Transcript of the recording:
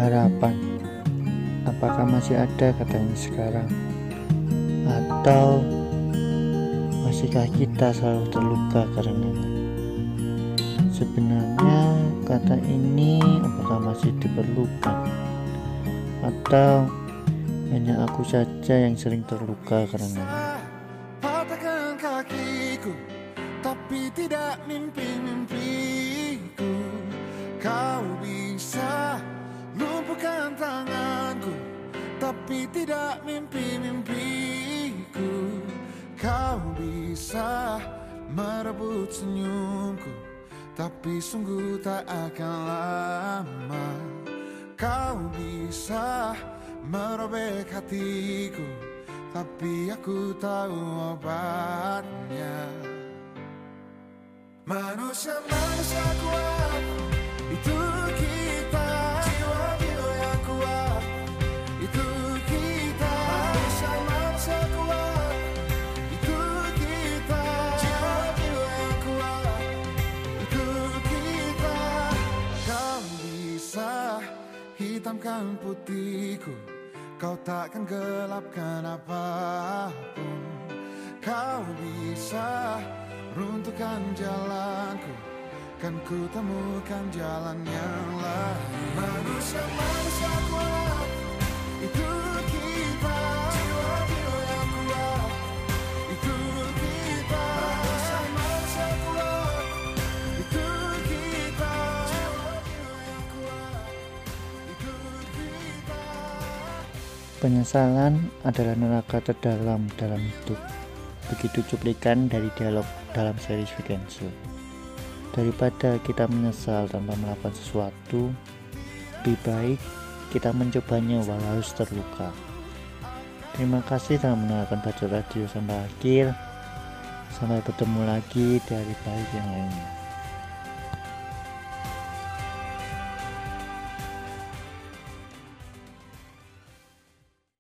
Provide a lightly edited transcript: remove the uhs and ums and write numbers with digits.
harapan. Apakah masih ada katanya sekarang? Atau masihkah kita selalu terluka karenanya? Sebenarnya kata ini apakah masih diperlukan? Atau hanya aku saja yang sering terluka karenanya? Patahkan kakiku, tapi tidak mimpi-mimpiku. Kau bisa lumpuhkan tanganku, tapi tidak mimpi-mimpiku. Kau bisa merebut senyumku, tapi sungguh tak akan lama. Kau bisa merobek hatiku, tapi aku tahu obatnya. Manusia-manusia kuat, itu kita. Jiwa-jiwa yang kuat, itu kita. Manusia-manusia kuat, itu kita. Jiwa-jiwa yang kuat, itu kita. Kau bisa hitamkan putihku, kau takkan gelapkan apapun. Kau bisa runtuhkan jalanku, kan ku temukan jalan yang lain. Manusia-manusia kuat, itu kita. Jiwa-jiwa yang kuat, itu kita. Manusia-manusia kuat, itu kita. Jiwa-jiwa yang kuat, itu kita. Penyesalan adalah neraka terdalam dalam hidup. Begitu cuplikan dari dialog dalam series Weekend Show. Daripada kita menyesal tanpa melakukan sesuatu, lebih baik kita mencobanya walau harus terluka. Terima kasih telah mendengarkan Bacot Radio sampai akhir. Sampai bertemu lagi dari baik yang lainnya.